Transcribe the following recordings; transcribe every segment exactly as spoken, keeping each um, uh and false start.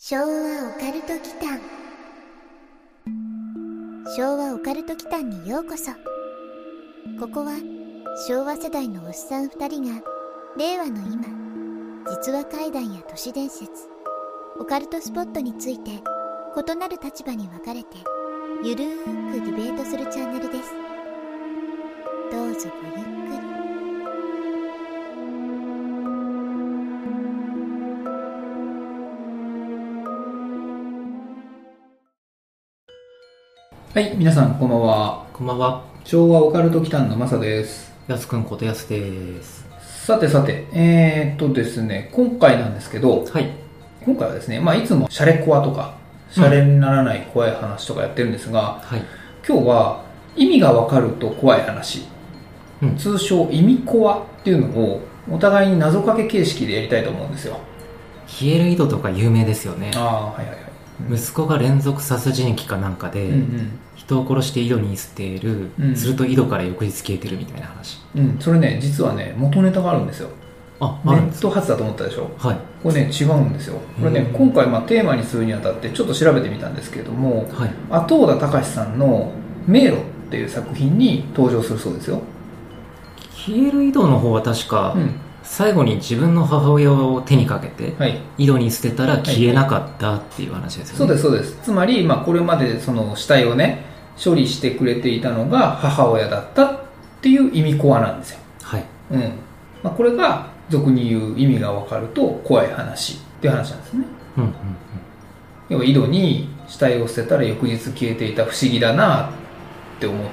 昭和オカルト祈間。昭和オカルト祈間にようこそ。ここは昭和世代のおっさん二人が令和の今、実話怪談や都市伝説、オカルトスポットについて異なる立場に分かれてゆるーくディベートするチャンネルです。どうぞごゆっくり。 はい、皆さんこんばんは。 こんばんは。 昭和オカルト祈間のマサです。 やすくんことやすです。 さてさて、えー、っとですね、今回なんですけど、 はい。 今回はですね、まあいつもシャレコアとか、シャレにならない怖い話とかやってるんですが、 はい。 今日は意味がわかると怖い話、 うん、 通称意味コアっていうのをお互いに謎かけ形式でやりたいと思うんですよ。 消える井戸とか有名ですよね。 ああ、はいはいはい。 うん、息子が連続殺人鬼かなんかで、うんうん、人を殺して井戸に捨てる、うん、すると井戸から翌日消えてるみたいな話。 うん、それね、実はね、元ネタがあるんですよ。 あ、 ネット発だと思ったでしょ。 はい。 これね、違うんですよ。これね、今回まあテーマにするにあたってちょっと調べてみたんですけれども、はい、後尾田隆さんの迷路っていう作品に登場するそうですよ。 消える井戸の方は確か、うん、最後に自分の母親を手にかけて、はい、井戸に捨てたら消えなかったっていう話ですよね。 そうですそうです。つまり、まあ、これまでその死体をね処理してくれていたのが母親だったっていう意味コアなんですよ。 はい。 うん。まあ、これが俗に言う意味が分かると怖い話っていう話なんですね。 うんうんうん。 要は井戸に死体を捨てたら翌日消えていた不思議だなって思って、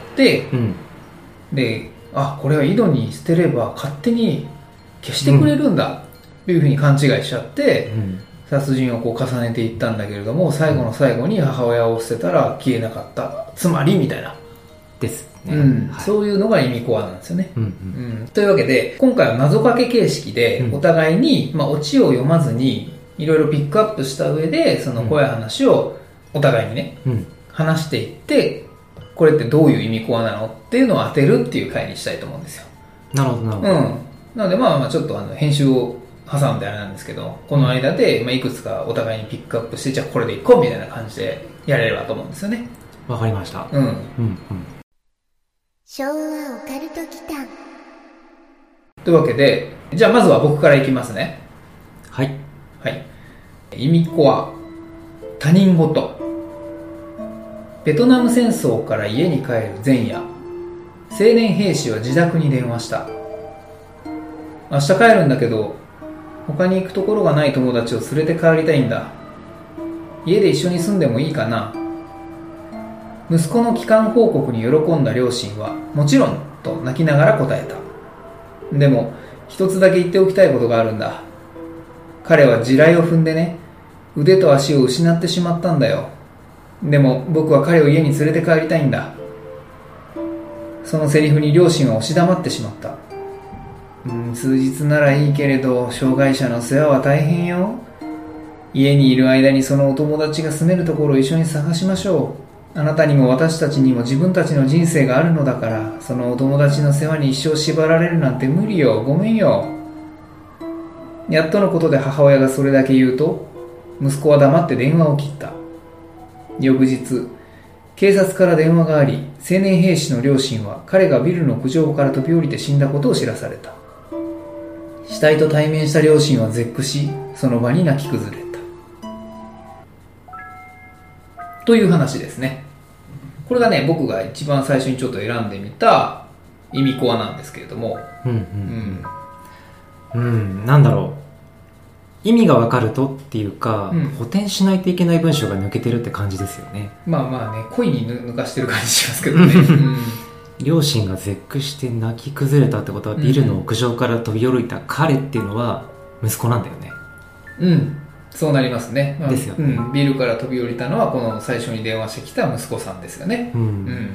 うん、で、あ、これは井戸に捨てれば勝手に消してくれるんだというふうに勘違いしちゃって、うん、殺人をこう重ねていったんだけれども、最後の最後に母親を捨てたら消えなかった、つまりみたいなですね、 うんはい、 そういうのが意味コアなんですよね、 うんうんうん、というわけで今回は謎かけ形式でお互いに、まあ、オチを読まずにいろいろピックアップした上でその怖い話をお互いにね、うん、話していって、これってどういう意味コアなのっていうのを当てるっていう回にしたいと思うんですよ。 なるほどなるほど、 うんなのでまあまあちょっとあの編集を挟んであれなんですけど、この間でまあいくつかお互いにピックアップして、じゃあこれでいこうみたいな感じでやれればと思うんですよね。 わかりました。 うん。うんうん。 昭和オカルト祈間。 というわけで、じゃあまずは僕からいきますね。 はい。 はい。意味コア、他人事。ベトナム戦争から家に帰る前夜、青年兵士は自宅に電話した。明日帰るんだけど他に行くところがない友達を連れて帰りたいんだ。家で一緒に住んでもいいかな。息子の帰還報告に喜んだ両親はもちろんと泣きながら答えた。でも一つだけ言っておきたいことがあるんだ。彼は地雷を踏んでね、腕と足を失ってしまったんだよ。でも僕は彼を家に連れて帰りたいんだ。そのセリフに両親は押し黙ってしまった。うん、数日ならいいけれど障害者の世話は大変よ。家にいる間にそのお友達が住めるところを一緒に探しましょう。あなたにも私たちにも自分たちの人生があるのだから、そのお友達の世話に一生縛られるなんて無理よ。ごめんよ。やっとのことで母親がそれだけ言うと、息子は黙って電話を切った。翌日警察から電話があり、青年兵士の両親は彼がビルの屋上から飛び降りて死んだことを知らされた。死体と対面した両親は絶句し、その場に泣き崩れた。という話ですね。これがね、僕が一番最初にちょっと選んでみた意味コアなんですけれども、 うんうんうん、うん、なんだろう、意味が分かるとっていうか、うん、補填しないといけない文章が抜けてるって感じですよね。 まあまあね、恋に抜かしてる感じしますけどね、うん両親が絶句して泣き崩れたってことは、ビルの屋上から飛び降りた彼っていうのは息子なんだよね。 うん、そうなりますね、まあ、 ですよね、 うん、ビルから飛び降りたのはこの最初に電話してきた息子さんですよね、うんうん、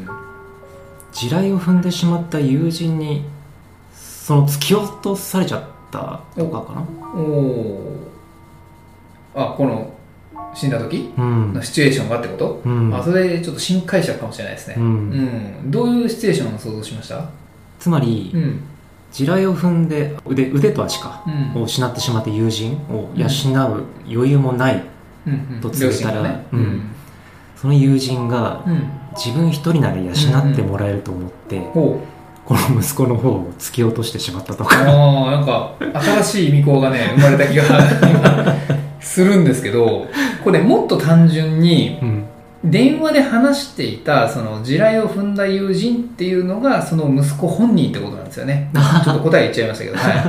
地雷を踏んでしまった友人にその突き落とされちゃったとかかな。 おお、あ、この死んだ時のシチュエーションがってこと、うん、あ、それちょっと新解釈かもしれないですね、うんうん、どういうシチュエーションを想像しました？ つまり、うん、地雷を踏んで 腕, 腕と足か、うん、を失ってしまって友人を養う余裕もないと告げたら、 ね、 うん、その友人が、うん、自分一人なら養ってもらえると思って、うんうん、この息子の方を突き落としてしまったとか。 あ、なんか新しい巫女がね生まれた気がするんですけど、これもっと単純に、うん、電話で話していたその地雷を踏んだ友人っていうのがその息子本人ってことなんですよね。ちょっと答え言っちゃいましたけど、はい、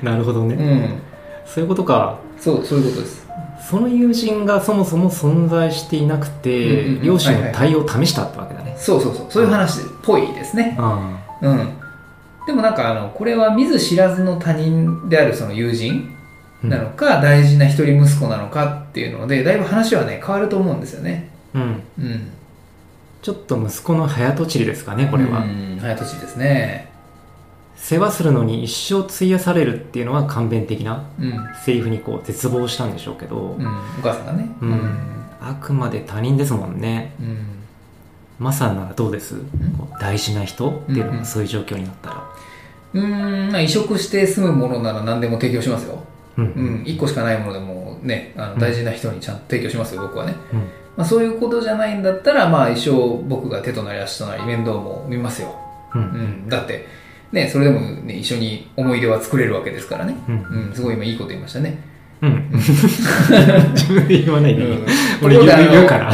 なるほどね、うん、そういうことか。 そうそういうことです。 その友人がそもそも存在していなくて、うんうんうん、両親の対応を試したってわけだね、はいはい、 そうそうそう、そういう話っぽいですね。うん、でもなんかあのこれは見ず知らずの他人であるその友人なのか、うん、大事な一人息子なのかっていうのでだいぶ話はね変わると思うんですよね。うんうん、 ちょっと息子の早とちりですかね、これは。うん、 早とちりですね。 世話するのに一生費やされるっていうのは簡便的なセリフにこう絶望したんでしょうけど、 うん、お母さんがね、 うんうん、あくまで他人ですもんね。うん、マサならどうです、うん、大事な人っていうのがそういう状況になったら。 うーん、まあ、移植して済むものなら何でも提供しますよ。うんうん、いっこしかないものでもね、あの大事な人にちゃんと提供しますよ、僕はね。うん、まあ、そういうことじゃないんだったら、まあ、一生僕が手となり足となり面倒も見ますよ。うんうん、だってね、それでも、ね、一緒に思い出は作れるわけですからね。うんうん、すごい今いいこと言いましたね。うん、 自分で言わないでいい、うん、俺言うから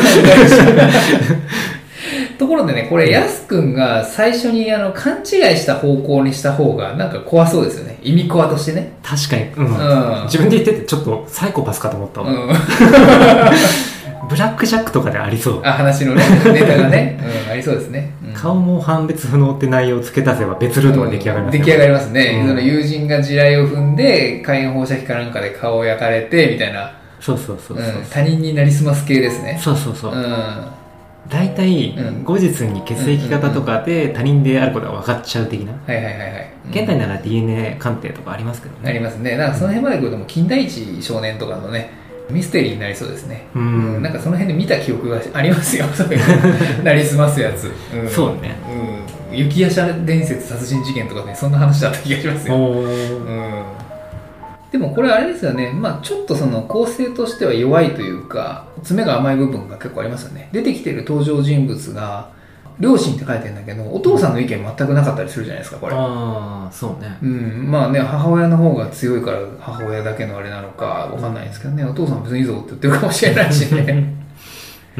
ところでね、これヤス君が最初にあの勘違いした方向にした方がなんか怖そうですよね、意味コアとしてね。 確かに、うんうん、自分で言っててちょっとサイコパスかと思ったわ、うんブラックジャックとかでありそう。 あ、話のね、ネタがね、うん、ありそうですね、 うん、顔も判別不能って内容を付け足せば別ルートが出来上がりますね、 うん、出来上がりますね、うん、その友人が地雷を踏んで火炎放射器かなんかで顔を焼かれてみたいな。 そうそうそうそう、うん、 他人になりすます系ですね。 そうそうそう、うん、大体、うん、後日に血液型とかで他人であることが分かっちゃう的な。はいはいはいはい。現代なら ディーエヌエー 鑑定とかありますけどね。 ありますね。なんかその辺まで来るともう金田一少年とかのね、ミステリーになりそうですね。うん、なんかその辺で見た記憶がありますよ。そういうなりすますやつ。 うん、そうね。 うん。雪夜叉伝説殺人事件とかね、そんな話だった気がしますよ。うん。でもこれあれですよね。まあちょっとその構成としては弱いというか、詰めが甘い部分が結構ありますよね。出てきている登場人物が両親って書いてるんだけど、お父さんの意見全くなかったりするじゃないですか、これ。 ああ、そうね。 うん、まあね、母親の方が強いから母親だけのあれなのかわかんないですけどね、お父さん別にいいぞって言ってるかもしれないしね。うん。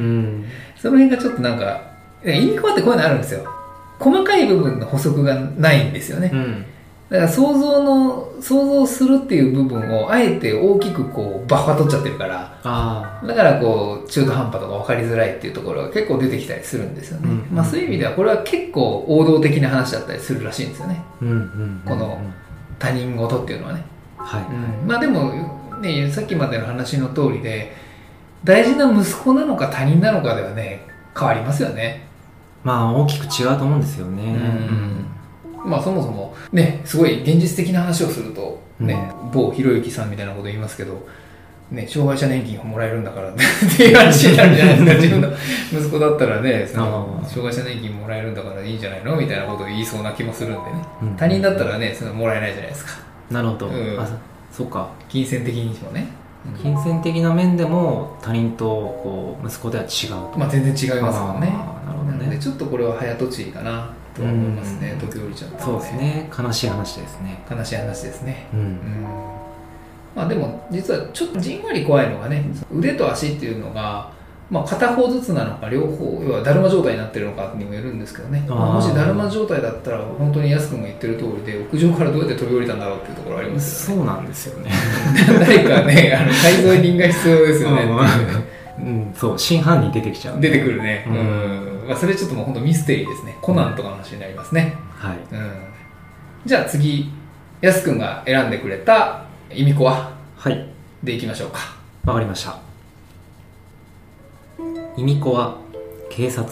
その辺がちょっとなんか、意味変わってこういうのあるんですよ。細かい部分の補足がないんですよね。うん。だから想像の想像するっていう部分をあえて大きくこうバッファ取っちゃってるから、あだからこう中途半端とか分かりづらいっていうところが結構出てきたりするんですよね、うん、まあ、そういう意味ではこれは結構王道的な話だったりするらしいんですよね、うんうんうんうん、この他人事っていうのはね、はい、うん、まあでもね、さっきまでの話の通りで大事な息子なのか他人なのかではね変わりますよね。 まあ大きく違うと思うんですよね、うんうん、まあそもそもね、すごい現実的な話をするとね、うん、某ひろゆきさんみたいなこと言いますけど、ね、障害者年金をもらえるんだからっていう話になるじゃないですか。自分の息子だったらね、その障害者年金もらえるんだからいいんじゃないのみたいなことを言いそうな気もするんでね、うん、他人だったらね、そのもらえないじゃないですか。 なるほど、うん、あ、そうか、 金銭的にもね、 うん、金銭的な面でも他人とこう息子では違うと。 まあ全然違いますもんね。なるほどね。なのでちょっとこれは早とちりかなと思いますね、時折ちゃった、 そうですね、悲しい話ですね。 悲しい話ですね、うん、うん、まあでも実はちょっとじんわり怖いのがね、腕と足っていうのが、まあ、片方ずつなのか両方、要はだるま状態になってるのかにもよるんですけどね、まあ、もしだるま状態だったら本当に安くも言ってる通りで屋上からどうやって飛び降りたんだろうっていうところありますよね。 そうなんですよね。 誰かね、あの改造人が必要ですよねっていうね。 うん、そう、真犯人出てきちゃう、 出てくるね、うん、うん、まあ、それちょっともう本当ミステリーですね。コナンとかの話になりますね、うん、はい、うん、じゃあ次、やすくんが選んでくれたいみこは、はい、でいきましょうか。 わかりました。いみこは警察。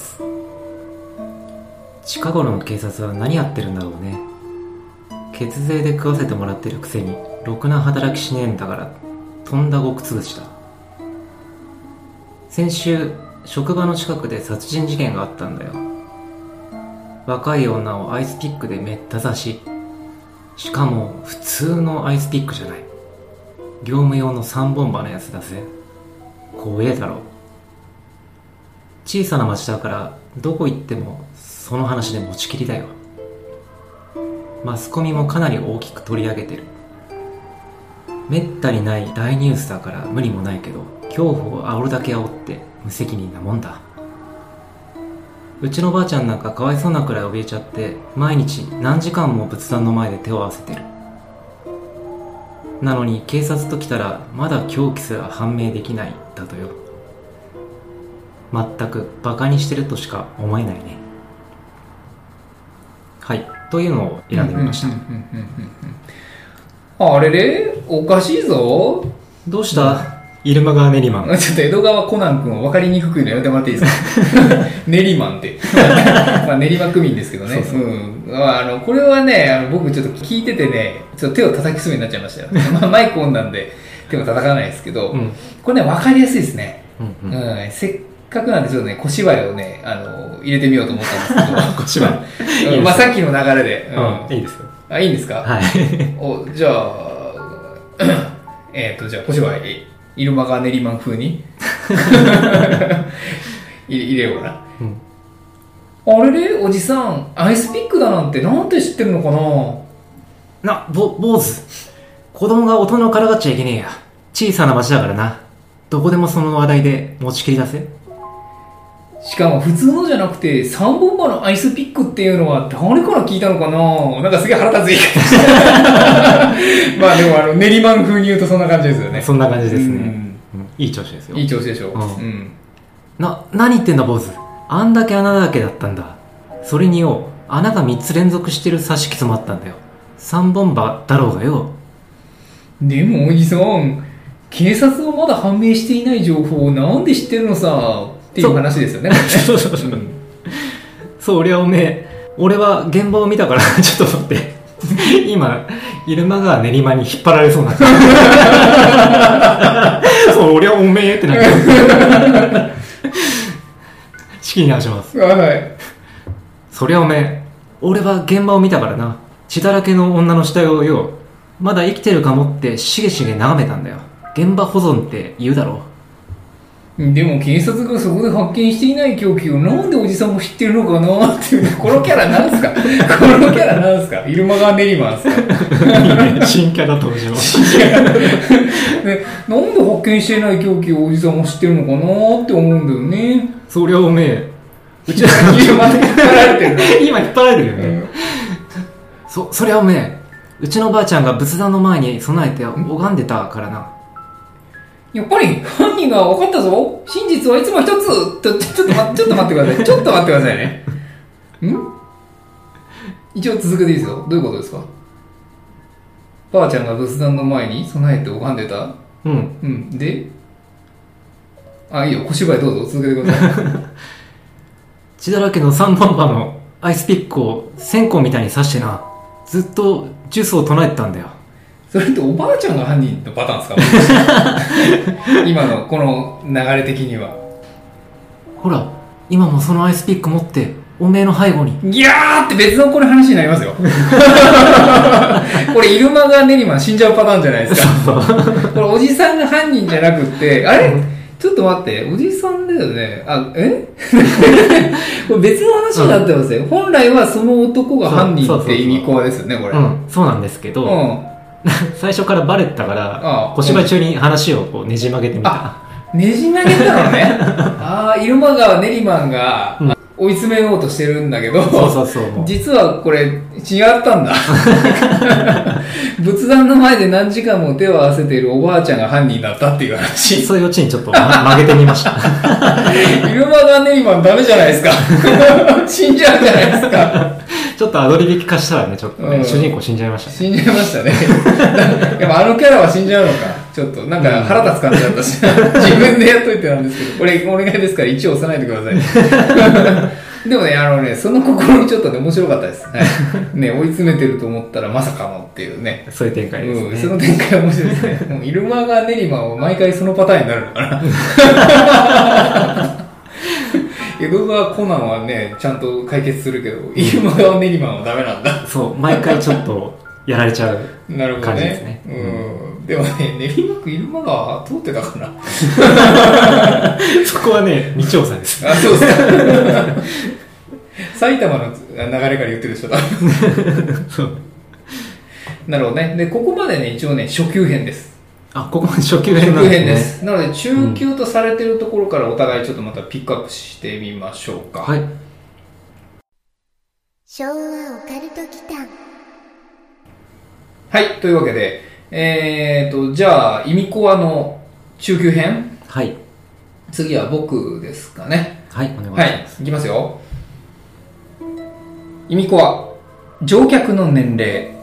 近頃の警察は何やってるんだろうね。血税で食わせてもらってるくせにろくな働きしねえんだから、とんだごくつぶしだ。先週職場の近くで殺人事件があったんだよ。若い女をアイスピックでめった刺し、しかも普通のアイスピックじゃない、業務用のさんぼん刃のやつだぜ。 怖えだろ。小さな町だからどこ行ってもその話で持ちきりだよ。マスコミもかなり大きく取り上げてる。めったにない大ニュースだから無理もないけど、恐怖を煽るだけ煽って無責任なもんだ。うちのばあちゃんなんかかわいそうなくらい怯えちゃって、毎日何時間も仏壇の前で手を合わせてる。なのに警察と来たらまだ凶器すら判明できないだとよ。全くバカにしてるとしか思えないね。はい、というのを選んでみました。 あれれおかしいぞ。 どうした、うん、イルマ川練馬マン。 ちょっと江戸川コナン君を分かりにくくのやめてもらっていいですか。練馬マンってまあ練馬区民ですけどね。そうそう、うん、あのこれはね、あの僕ちょっと聞いててね、ちょっと手を叩きそうになっちゃいましたよ。まあ、マイクオンなんで手も叩かないですけど、うん、これね分かりやすいですね。うんうんうん、せっせっかくなんでちょっとね小芝居をねあの入れてみようと思ったんですけど小芝居、 まあさっきの流れで、 うんうん、いいですよ。 あ、いいんですか。 はい。 お、じゃあえっとじゃあ小芝居イルマガ練馬風に入れようかな、うん、あれれおじさんアイスピックだなんてなんて知ってるのかな。な、ぼ坊主、子供が大人をからかっちゃいけねえや。小さな町だからな、どこでもその話題で持ちきり出せ。 しかも普通のじゃなくて三本歯のアイスピックっていうのは誰から聞いたのかな。なんかすげえ腹立つ言い方してまあでもあの練馬風に言うとそんな感じですよね。 そんな感じですね、うん、いい調子ですよ。 いい調子でしょう、うんうん、な、何言ってんだ坊主。あんだけ穴だらけだったんだ。それによ、穴がみっつ連続してる刺し傷もあったんだよ。三本歯だろうがよ。 でもおじさん、警察はまだ判明していない情報をなんで知ってるのさっていう話ですよね。 そうそうそう、うん、そりゃおめえ、俺は現場を見たからちょっと待って今イルマ川練馬に引っ張られそうになったそりゃおめえってなって仕切り直します。 はい。 そりゃおめえ、俺は現場を見たからな。血だらけの女の死体をよ、まだ生きてるかもってしげしげ眺めたんだよ。現場保存って言うだろう。でも警察がそこで発見していない凶器をなんでおじさんも知ってるのかなっていうこのキャラなんすかこのキャラなんすか。イルマガ練馬ですかいいね、新キャラ登場新キャラで、なんで発見していない凶器をおじさんも知ってるのかなって思うんだよね。 そりゃおめえ、 うちは今引っ張られてる今引っ張られてるよね、うん、そ, そりゃおめえ、うちのばあちゃんが仏壇の前に備えて拝んでたからな。 やっぱり犯人が分かったぞ。真実はいつも一つ。ちょ、ちょっと待って、ちょっと待ってください。ちょっと待ってくださいね。ん？一応続けていいですよ。どういうことですか？ばあちゃんが仏壇の前に備えて拝んでた？ うん。 うん。で？あ、いいよ。小芝居どうぞ。続けてください。 血だらけの三本歯のアイスピックを線香みたいに刺してな、ずっとジュースを唱えてたんだよ。 それっておばあちゃんが犯人のパターンですか？今のこの流れ的には。 ほら、今もそのアイスピック持っておめえの背後にギャーって別のこれ話になりますよこれイルマガ練馬死んじゃうパターンじゃないですかこれおじさんが犯人じゃなくってあれちょっと待って、おじさんだよね。あ、えこれ別の話になってますよ、うん、本来はその男が犯人って意味コアですよね、これ。 うん、そうなんですけど、うん最初からバレてたから小芝居中に話をこうねじ曲げてみた。 ねじ曲げたのねああ、イルマ川練馬が追い詰めようとしてるんだけど、うん、 そうそうそう、 実はこれ違ったんだ仏壇の前で何時間も手を合わせているおばあちゃんが犯人だったっていう話。 そういうオチにちょっと、ま、曲げてみましたイルマ川練馬ダメじゃないですか死んじゃうじゃないですかちょっとアドリブ化したらね、ちょっとね、うん、主人公死んじゃいましたね。 死んじゃいましたね。でもあのキャラは死んじゃうのか。ちょっとなんか腹立つ感じだったし、自分でやっといてなんですけど、これお願いですから一応押さないでください。でもね、あのね、その心にちょっとね、面白かったです。はい、ね、追い詰めてると思ったらまさかのっていうね。 そういう展開ですね。 うん、その展開は面白いですね。もうイルマガ練馬は毎回そのパターンになるのかな。江戸川コナンはね、ちゃんと解決するけど、イルマガ練馬はダメなんだ。 そう、毎回ちょっとやられちゃう感じですね。 なるほどね。うん。 でもね、練馬区入間川通ってたかなそこはね、未調査です。 あ、そうですか埼玉の流れから言ってるでしょ、多分そうなるほどね。で、ここまでね、一応ね、初級編です。 あ、ここまで初級編なんですね。初級編です。 なので、中級とされてるところからお互いちょっとまたピックアップしてみましょうか。 はい。 昭和オカルト祈祷。 はい、というわけで、えーと、じゃあ、イミコアの中級編。 はい。 次は僕ですかね。 はい、お願いします。 はい、いきますよ。イミコア、乗客の年齢。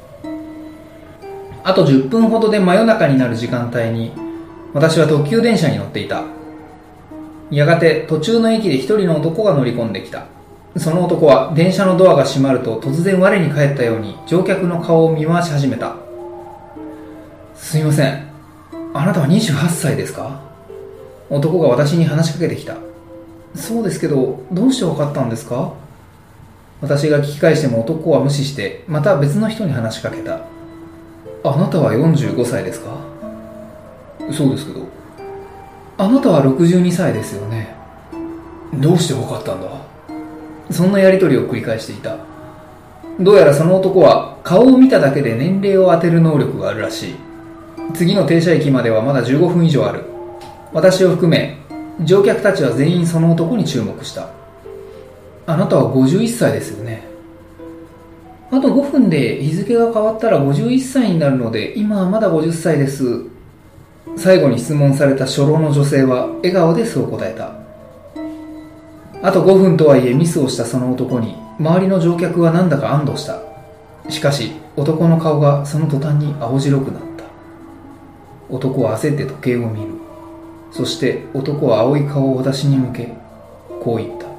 あとじゅっぷんほどで真夜中になる時間帯に、私は特急電車に乗っていた。やがて途中の駅で一人の男が乗り込んできた。その男は電車のドアが閉まると突然我に返ったように乗客の顔を見回し始めた。すいません。あなたはにじゅうはっさいですか？男が私に話しかけてきた。そうですけど、どうして分かったんですか？私が聞き返しても男は無視して、また別の人に話しかけた。あなたはよんじゅうごさいですか？そうですけど。あなたはろくじゅうにさいですよね。どうして分かったんだ？そんなやりとりを繰り返していた。どうやらその男は顔を見ただけで年齢を当てる能力があるらしい。次の停車駅まではまだじゅうごふん以上ある。私を含め乗客たちは全員その男に注目した。あなたはごじゅういっさいですよね。あとごふんで日付が変わったらごじゅういっさいになるので、今はまだごじゅっさいです。最後に質問された初老の女性は笑顔でそう答えた。あとごふんとはいえミスをしたその男に周りの乗客はなんだか安堵した。しかし男の顔がその途端に青白くなった。男は焦って時計を見る。そして男は青い顔を私に向けこう言った。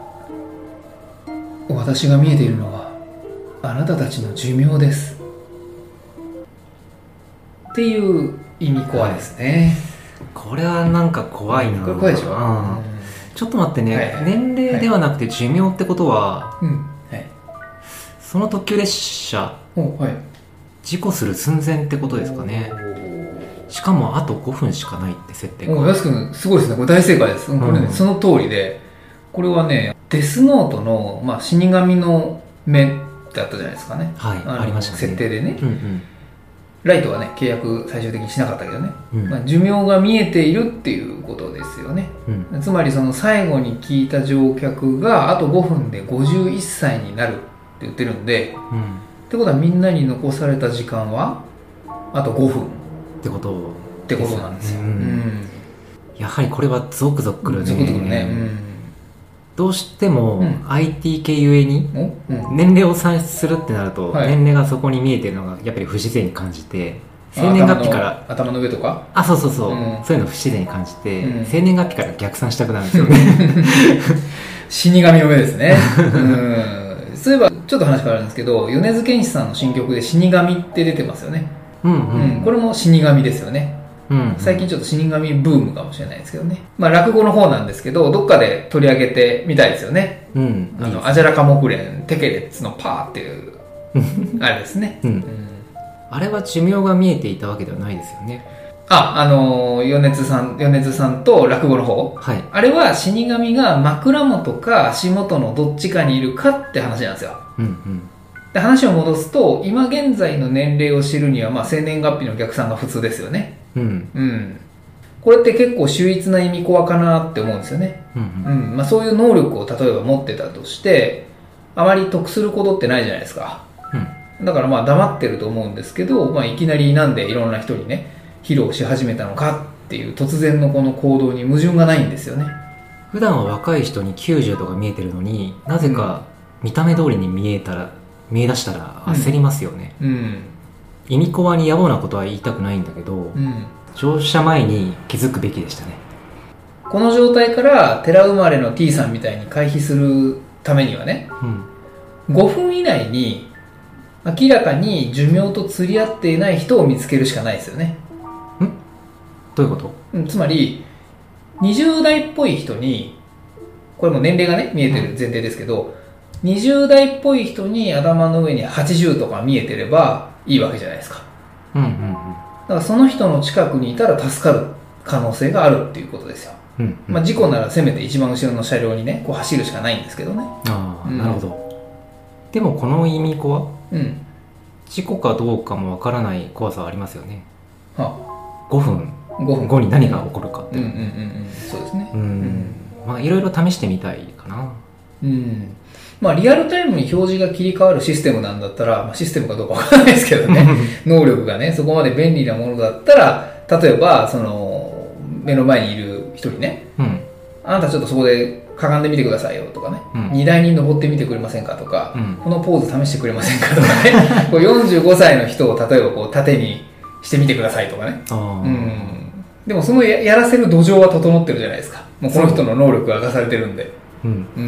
私が見えているのはあなたたちの寿命です。っていう意味コアですね。 これはなんか怖いな。 これ怖いでしょ、うん、 ちょっと待ってね、はいはい、年齢ではなくて寿命ってことは、はいはい、その特急列車、はい、事故する寸前ってことですかね。しかもあとごふんしかないって設定が。 やすくんすごいですね。これ大正解です。これね、うん、その通りで、これはねデスノートの、まあ、死神の目ってあったじゃないですかね。 はい、あ, ありましたね。 設定でね、 うんうん、 ライトはね契約最終的にしなかったけどね、うんまあ、寿命が見えているっていうことですよね、うん、つまりその最後に聞いた乗客があとごふんでごじゅういっさいになるって言ってるんで、うん、ってことはみんなに残された時間はあとごふんってことってことなんですよ、うんうん、 やはりこれはゾクゾクくるね。 ゾクゾクね、うん、 どうしても アイティー 系ゆえに年齢を算出するってなると、年齢がそこに見えてるのがやっぱり不自然に感じて、生年月日から頭の上とかあそうそうそう、うん、そういうの不自然に感じて、うん、生年月日から逆算したくなるんですよね死神の目ですね、うん、そういえばちょっと話変わるんですけど、米津玄師さんの新曲で死神って出てますよね、うんうんうん、これも死神ですよね。うんうん、最近ちょっと死神ブームかもしれないですけどね。まあ落語の方なんですけど、どっかで取り上げてみたいですよね。うん、あのアジャラカモクレンテケレッツのパーっていうあれですね、うんうん。 あれは寿命が見えていたわけではないですよね。 あ、あの米津さん米津さんと落語の方、はい、あれは死神が枕元か足元のどっちかにいるかって話なんですよ。うんうんで話を戻すと、今現在の年齢を知るには、まあ、生年月日の逆算が普通ですよね、うんうん、これって結構秀逸な意味コアかなって思うんですよね、うんうんうんまあ、そういう能力を例えば持ってたとしてあまり得することってないじゃないですか、うん、だからまあ黙ってると思うんですけど、まあ、いきなりなんでいろんな人にね披露し始めたのかっていう突然のこの行動に矛盾がないんですよね。 普段は若い人にきゅうじゅうとか見えてるのに、なぜか見た目通りに見えたら見え出したら焦りますよね、うんうん、意味コアに野暮なことは言いたくないんだけど、うん、乗車前に気づくべきでしたね。 この状態から寺生まれの T さんみたいに回避するためにはね、うん、ごふん以内に明らかに寿命と釣り合っていない人を見つけるしかないですよね。 んどういうこと？ うん、つまりにじゅう代っぽい人に、これも年齢がね見えてる前提ですけど、うんにじゅう代っぽい人に頭の上にはちじゅうとか見えてればいいわけじゃないですか、うんうんうん、 からその人の近くにいたら助かる可能性があるっていうことですよ。 うんうん、 まあ、事故ならせめて一番後ろの車両にねこう走るしかないんですけどね。 ああ、 うん、 なるほど。でもこのイミコは、 うん、 事故かどうかもわからない怖さはありますよね。 はあ、ごふんごに何が起こるかって、 うんうんうんうん、そうですね。 うん、うん、まあいろいろ試してみたいかな。 うん、まあリアルタイムに表示が切り替わるシステムなんだったら、まあ、システムかどうかわからないですけどね能力がねそこまで便利なものだったら、例えばその目の前にいる人にね、うん、あなたちょっとそこでかがんでみてくださいよとかね、うん、荷台に登ってみてくれませんかとか、うん、このポーズ試してくれませんかとかねこうよんじゅうごさいの人を例えばこう縦にしてみてくださいとかね、うん、でもその や, やらせる土壌は整ってるじゃないですか。もうこの人の能力が明かされてるんで、うんうん、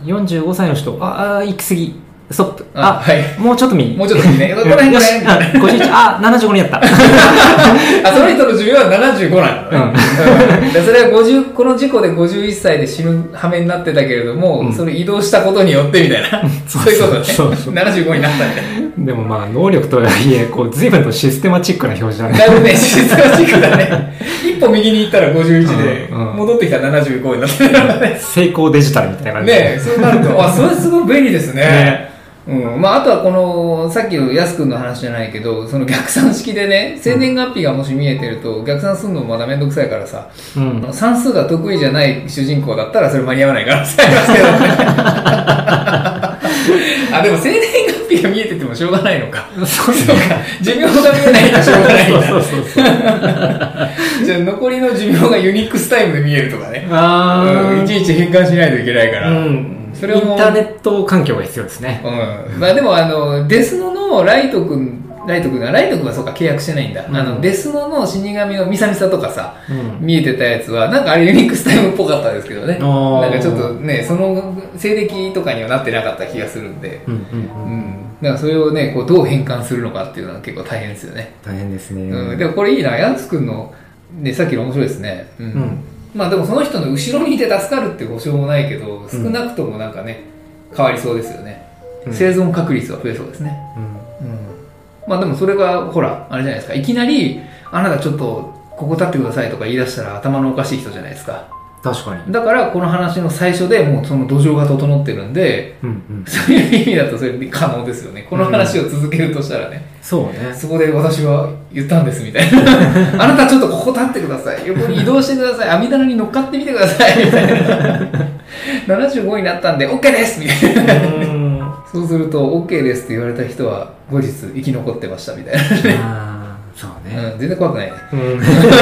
よんじゅうごさいの人、 ああ行き過ぎ、ストップ、あ、 あ、はい、 もうちょっと右、 もうちょっと右ね、この辺こよし、あ、ごじゅういち、あ、ななじゅうごにやったあ、 その人の寿命はななじゅうごなのね、うんうん、でそれはごじゅうこの事故でごじゅういっさいで死ぬ羽目になってたけれども、うん、それ移動したことによってみたいなそういうことね。そうそうななじゅうごになったみたいな。 でもまあ能力とはいえこう随分とシステマチックな表示だね。 だいぶねシステマチックだね一歩右に行ったらごじゅういちで、うんうん、戻ってきたらななじゅうごになってるからね。 成功デジタルみたいな感じね。そうなるとあそれすごい便利ですね。ね、うんまあ、あとはこのさっきのやすくんの話じゃないけど、その逆算式でね生年月日がもし見えてると逆算するのもまだめんどくさいからさ、うん、算数が得意じゃない主人公だったらそれ間に合わないからさありますけどねあでも生年月日が見えててもしょうがないのか。そうそうか寿命が見えないとしょうがないんだ。そうそうそうじゃあ残りの寿命がユニックスタイムで見えるとかね、あ、うん、いちいち変換しないといけないから、うん、 それはもうインターネット環境が必要ですね。 うん、まあでもあのデスノのライト君ライト君がライト君はそうか契約してないんだ、うん、あのデスノの死神のミサミサとかさ、うん、見えてたやつはなんかあれユニックスタイムっぽかったですけどね。なんかちょっとねその西暦とかにはなってなかった気がするんで、うんうんうんうん、だからそれをねこうどう変換するのかっていうのは結構大変ですよね。 大変ですね、 うん、でもこれいいな、ヤンス君の、ね、さっきの面白いですね、うんうん、まあでもその人の後ろにいて助かるって保証もないけど少なくともなんかね変わりそうですよね、うん、生存確率は増えそうですね、うんうん、まあでもそれがほらあれじゃないですか、いきなりあなたちょっとここ立ってくださいとか言い出したら頭のおかしい人じゃないですか。 確かに。 だからこの話の最初でもうその土壌が整ってるんで、うんうん、そういう意味だとそれで可能ですよね。この話を続けるとしたらね、うん、そうね、そこで私は言ったんですみたいなあなたちょっとここ立ってください、横に移動してください、網棚に乗っかってみてくださいみたいなななじゅうごになったんで OK ですみたいなそうすると OK ですって言われた人は後日生き残ってましたみたいなあそうね、 うん、全然怖くないね、うん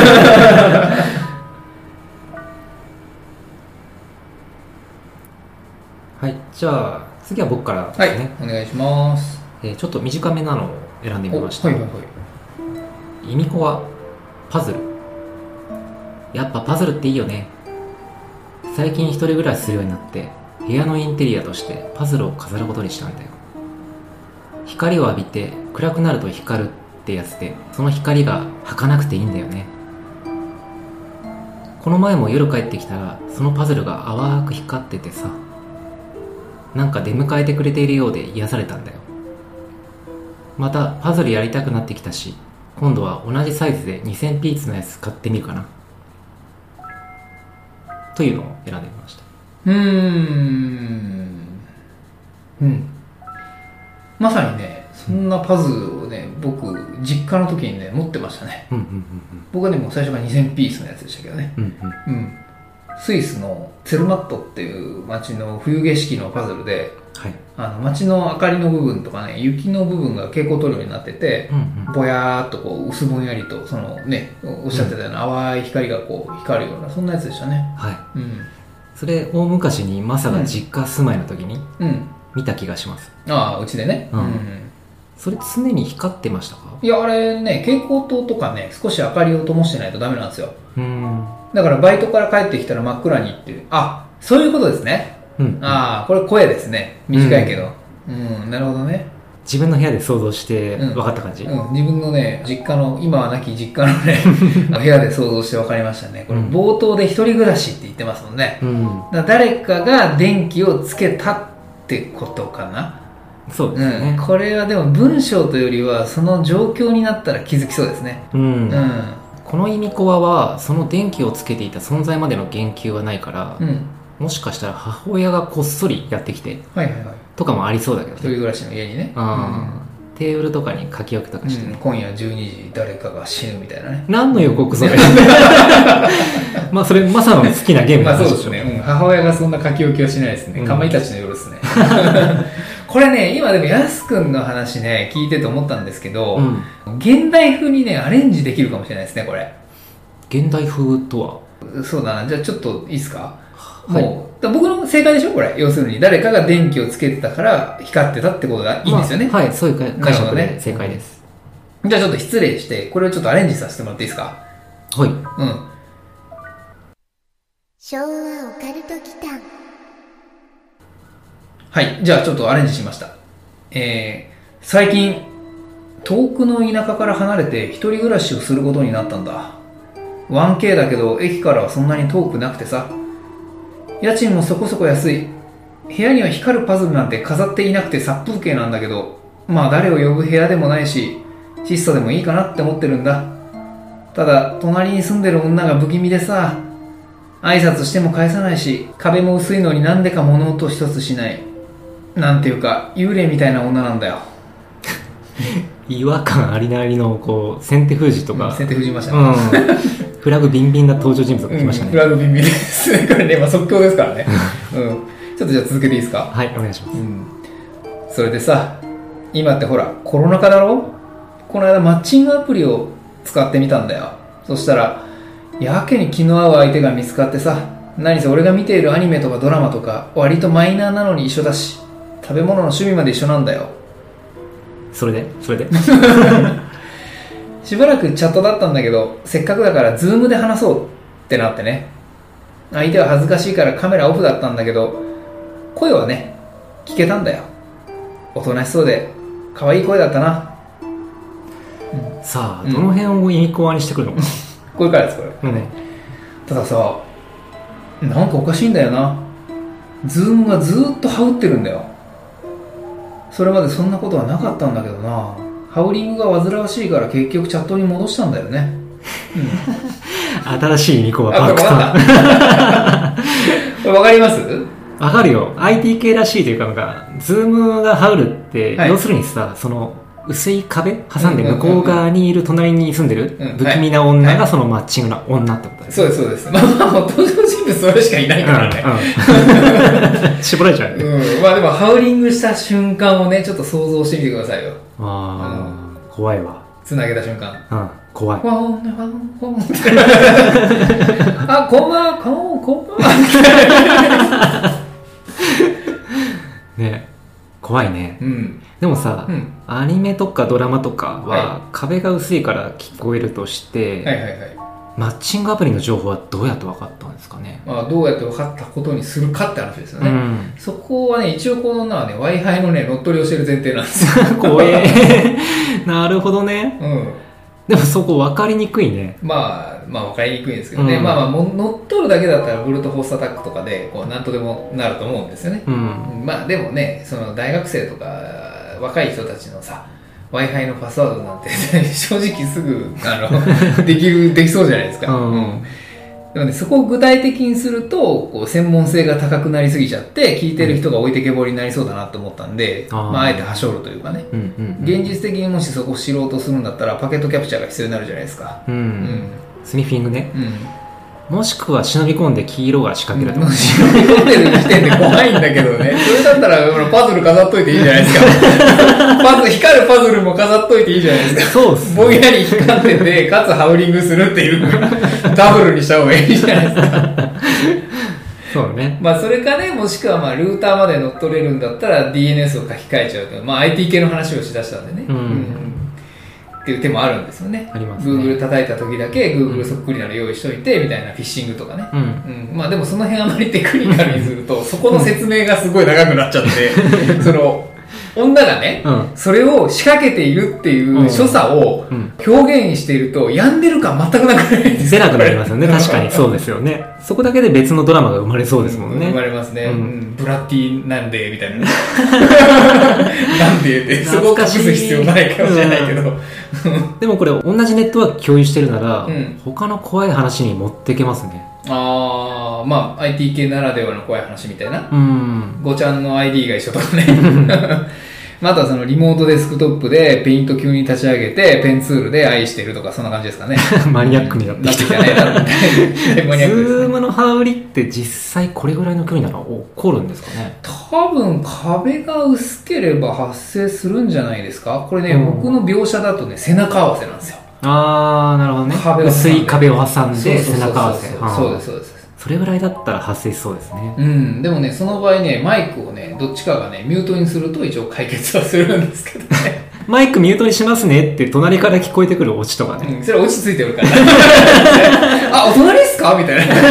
はい、じゃあ次は僕からですね。はい、 お願いします。 えー、ちょっと短めなのを選んでみました。 はいはいはい。 イミコはパズル。やっぱパズルっていいよね。最近一人暮らしするようになって部屋のインテリアとしてパズルを飾ることにしたんだよ。光を浴びて暗くなると光るってやつで、その光が儚くていいんだよね。この前も夜帰ってきたらそのパズルが淡く光っててさ、なんか出迎えてくれているようで癒されたんだよ。またパズルやりたくなってきたし、今度は同じサイズでにせんピーツのやつ買ってみるかなというのを選んでみました。 うーんうんまさにねそんなパズルをね、うん、僕実家の時にね持ってましたね、うんうんうんうん、僕はでも最初からにせんピースのやつでしたけどね、うんうんうん、スイスのツェルマットっていう街の冬景色のパズルで、はい、あの街の明かりの部分とかね雪の部分が蛍光塗料になってて、うんうん、ぼやーっとこう薄ぼんやりとそのねおっしゃってたような淡い光がこう光るようなそんなやつでしたね。 はい、うん、それ大昔にマサが実家住まいの時に見た気がします、 うん、ああうちでね、うんうん、 それ常に光ってましたか？ いやあれね蛍光灯とかね少し明かりを灯してないとダメなんですよ。うんだからバイトから帰ってきたら真っ暗にっていう、あそういうことですね、うん、ああこれ声ですね短いけど、うん、うん、なるほどね。 自分の部屋で想像して分かった感じ、 うんうん、自分のね実家の今はなき実家のね部屋で想像して分かりましたね。これ冒頭で一人暮らしって言ってますもんね、うん、だから誰かが電気をつけたってことかな。 そうですね、 うん、これはでも文章というよりはその状況になったら気づきそうですね。 うん、 うん、 このイミコアはその電気をつけていた存在までの言及はないから、 うん、 もしかしたら母親がこっそりやってきて、 はいはいはい、 とかもありそうだけどね。 一人暮らしの家にね、 うん、テーブルとかに書き置きとかしてね、 うん、今夜じゅうにじ誰かが死ぬみたいなね。 何の予告それまあそれマサの好きなゲームまあなんでしょ。 そうですね、うん、母親がそんな書き置きはしないですね、 うん、 かまいたちの夜ですねこれね、今でもやすくんの話ね聞いてて思ったんですけど、うん、現代風にねアレンジできるかもしれないですねこれ。 現代風とは？ そうだな、じゃあちょっといいですか。 はい、 もう僕の正解でしょこれ。要するに誰かが電気をつけてたから光ってたってことがいいんですよね、 まあ、はい、そういう解釈で正解です、 ね、じゃあちょっと失礼してこれをちょっとアレンジさせてもらっていいですか。 はい。 うん。 昭和オカルト祈間。 はい、じゃあちょっとアレンジしました。えー、最近遠くの田舎から離れて一人暮らしをすることになったんだ。 ワンケー だけど駅からはそんなに遠くなくてさ、家賃もそこそこ安い。部屋には光るパズルなんて飾っていなくて殺風景なんだけど、まあ誰を呼ぶ部屋でもないし質素でもいいかなって思ってるんだ。ただ隣に住んでる女が不気味でさ、挨拶しても返さないし壁も薄いのになんでか物音一つしない。なんていうか幽霊みたいな女なんだよ違和感ありなりのこう先手封じとか、 うん、先手封じましたね、 うん、フラグビンビンな登場人物が来ましたね、 うん、フラグビンビンですねこれね、まあ、即興ですからね、うん、ちょっとじゃあ続けていいですか。 はい、お願いします、 うん、それでさ、今ってほらコロナ禍だろ。この間マッチングアプリを使ってみたんだよ。そしたらやけに気の合う相手が見つかってさ、何せ俺が見ているアニメとかドラマとか割とマイナーなのに一緒だし、食べ物の趣味まで一緒なんだよ。 それでそれでしばらくチャットだったんだけど、せっかくだからズームで話そうってなってね。相手は恥ずかしいからカメラオフだったんだけど、声はね聞けたんだよ。おとなしそうで可愛い声だったな、 うん、さあどの辺をイミコアにしてくるのかなこれからですこれ、うん、たださ、なんかおかしいんだよな。ズームがずーっとハウってるんだよ。それまでそんなことはなかったんだけどな。ハウリングが煩わしいから結局チャットに戻したんだよね、 うん、新しいイミコアパークさんこれ分かります？ わかるよ。 アイティー 系らしいというか、なんかズームがハウルって、はい、要するにさ、その薄い壁挟んで向こう側にいる隣に住んでる不気味な女がそのマッチングな女ってことです、 ね、はい、そうですそうです。まあまあ登場人物それしかいないからね、 うんうん、絞られちゃう、ね、 うん、まあでもハウリングした瞬間をねちょっと想像してみてくださいよ。 ああ、うん、怖いわ。 つなげた瞬間、 うん、怖い。 ワンワンワンあ、こんばんは、こんこんばんはね、怖いね、 うん、 でもさ、 うん、 アニメとかドラマとかは壁が薄いから聞こえるとして、 はいはいはい、 マッチングアプリの情報はどうやって分かったんですかね。 まあ、どうやって分かったことにするかって話ですよね、うん、そこはね一応この女はね Wi-Fi のね乗っ取りをしてる前提なんですよ怖えなるほどね、 うん、 でもそこ分かりにくいね。 まあまあ分かりにくいんですけどね、うん、まあまあ乗っ取るだけだったらブルートフォースアタックとかでこう何とでもなると思うんですよね、うん、まあでもねその大学生とか若い人たちのさ Wi-Fi のパスワードなんて正直すぐあのできるできそうじゃないですか、うんうん、でもねそこを具体的にするとこう専門性が高くなりすぎちゃって聞いてる人が置いてけぼりになりそうだなと思ったんで、うん、あまあ、あえてはしょるというかね、うんうんうん、現実的にもしそこを知ろうとするんだったらパケットキャプチャーが必要になるじゃないですか、うんうん、 スニフィングね、うん、もしくは忍び込んで黄色が仕掛けるとか、 うん、忍び込んでる時点で怖いんだけどねそれだったらパズル飾っといていいじゃないですかパズ光るパズルも飾っといていいじゃないですか。 そうっすね、 ぼんやり光っててかつハウリングするっていうダブルにした方がいいじゃないですかそうね。 まあそれかね、もしくはまあルーターまで乗っ取れるんだったら ディーエヌエス を書き換えちゃうと、まあ アイティー 系の話をしだしたんでね、うんうん、っていう手もあるんですよね。 ありますね。 Google 叩いた時だけ Google そっくりなの用意しといてみたいなフィッシングとかね、うんうん、まあでもその辺あまりテクニカルにするとそこの説明がすごい長くなっちゃってその女がね、 うん、 それを仕掛けているっていう所作を表現していると、病んでる感全くなくないですか？ 出なくなりますよね。確かにそうですよね。そこだけで別のドラマが生まれそうですもんね。 生まれますね。 うんうん、ブラッティなんでみたいなね。なんでって、そこを隠す必要ないかもしれないけど。 でもこれ同じネットワーク共有してるなら、 うん、 他の怖い話に持っていけますね。 ああ、まあ アイティー 系ならではの怖い話みたいな。 うん。 ごちゃんの アイディー が一緒とかね。またそのリモートデスクトップでペイント急に立ち上げてペンツールで愛してるとかそんな感じですかね。 マニアックになってきた。 なってきたね。マニアックですね。 ズームの羽売りって実際これぐらいの距離なら起こるんですかね？ 多分壁が薄ければ発生するんじゃないですか。これね、うん、僕の描写だとね背中合わせなんですよ。あー、なるほどね。 壁薄い壁を挟んで背中合わせ。 そうですそうです。 それぐらいだったら発生しそうですね。 うん。でもね、その場合ね、マイクをね、どっちかがね、ミュートにすると一応解決はするんですけどね。 マイクミュートにしますねって隣から聞こえてくるオチとかね。 うん、それ落ち着いてるから。あ、お隣っすかみたいな。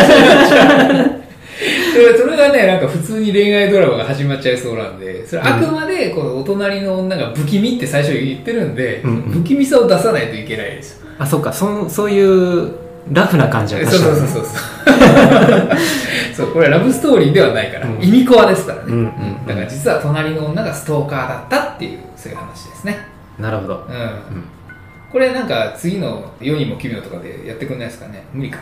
それ、それがね、なんか普通に恋愛ドラマが始まっちゃいそうなんで、それあくまでこのお隣の女が不気味って最初言ってるんで、うんうん、不気味さを出さないといけないですよ。 あ、そっか、そ、そういうラフな感じは出した、ね。 そうそうそうそう。そう、これはラブストーリーではないから、うん、意味コアですからね、うんうんうん。だから実は隣の女がストーカーだったっていう、そういう話ですね。 なるほど。 うん。うん、これなんか次の世にも奇妙とかでやってくんないですかね。無理か。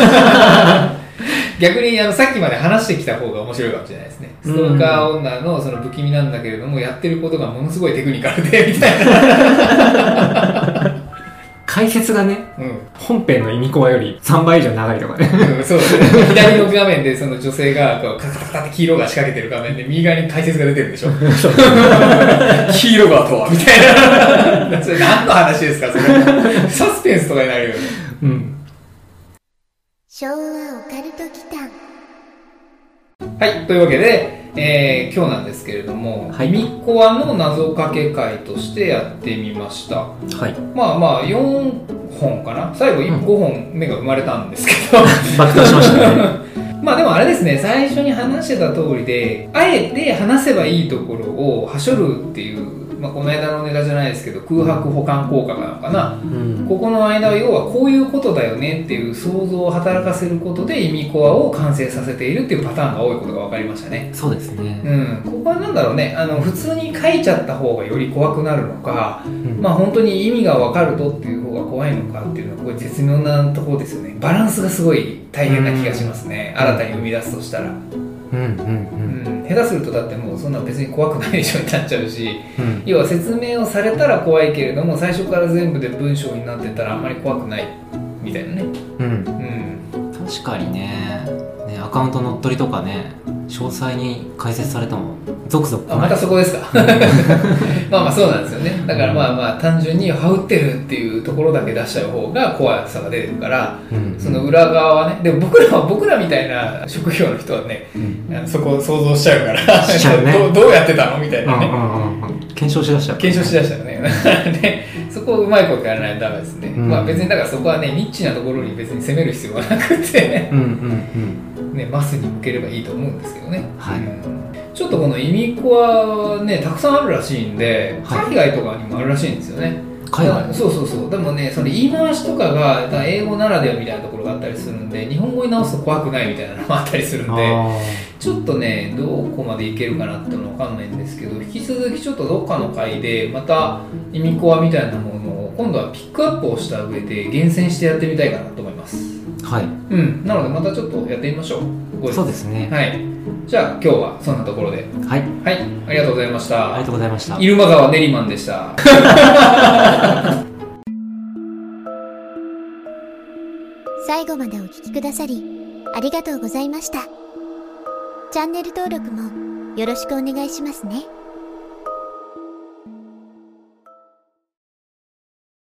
逆にあのさっきまで話してきた方が面白いかもしれないですね。ストーカー女のその不気味なんだけれども、やってることがものすごいテクニカルでみたいな。 解説がね、うん、本編の意味コアよりさんばい以上長いとかね。 うん、そうですね。左の画面でその女性がこうカタカタって黄色が仕掛けてる画面で右側に解説が出てるんでしょ。黄色がとはみたいな。それ何の話ですかそれ。サスペンスとかになるよね。うん。 昭和オカルト祈祷。 はい、というわけで、えー、今日なんですけれども、はい、ミコアの謎かけ会としてやってみました。はい。まあまあよんほんかな。最後ごほんめが生まれたんですけど、うん、 爆誕しましたね。 まあでもあれですね、最初に話してた通りで、あえて話せばいいところをはしょるっていう、まあ、この間のネタじゃないですけど空白補完効果なのかな、うん、ここの間は要はこういうことだよねっていう想像を働かせることで意味コアを完成させているっていうパターンが多いことが分かりましたね。 そうですね、 うん、ここはなんだろうね、あの普通に書いちゃった方がより怖くなるのか、うん、まあ本当に意味が分かるとっていう方が怖いのかっていうのはこれ絶妙なところですよね。バランスがすごい大変な気がしますね、うん、新たに生み出すとしたら。うんうんうんうん、下手するとだってもうそんな別に怖くないでしょになっちゃうし、うん、要は説明をされたら怖いけれども最初から全部で文章になってたらあんまり怖くないみたいなね、うんうん、 確かに ね, ねアカウント乗っ取りとかね詳細に解説されてもゾクゾク。 あ、またそこですか。まあまあそうなんですよね。だからまあまあ単純に羽打ってるっていうところだけ出しちゃう方が怖さが出てるから、うんうん、その裏側はね、でも僕らは僕らみたいな職業の人はね、うん、そこを想像しちゃうからしちゃう、ね、 ど, どうやってたのみたいなね、 うんうんうん、検証しだしちゃう、 検証しだしたらね。ね、そこをうまいことやらないとダメですね、うん、まあ別にだからそこはねニッチなところに別に攻める必要はなくて、うんうんうん、ね、マスに向ければいいと思うんですけどね、はい、うん、ちょっとこの意味コアはねたくさんあるらしいんで、はい、海外とかにもあるらしいんですよね。海外？そうそうそう。でもね、その言い回しとかが英語ならではみたいなところがあったりするんで、日本語に直すと怖くないみたいなのもあったりするんで、ちょっとねどこまでいけるかなっていうのは分かんないんですけど、引き続きちょっとどっかの回でまた意味コアみたいなものを今度はピックアップをした上で厳選してやってみたいかなと思います。はい。うん。なのでまたちょっとやってみましょう。 そうですね。はい。 じゃあ今日はそんなところで、はい、はい、ありがとうございました。 ありがとうございました。 入間川ねりマンでした。 最後までお聞きくださりありがとうございました。チャンネル登録もよろしくお願いしますね。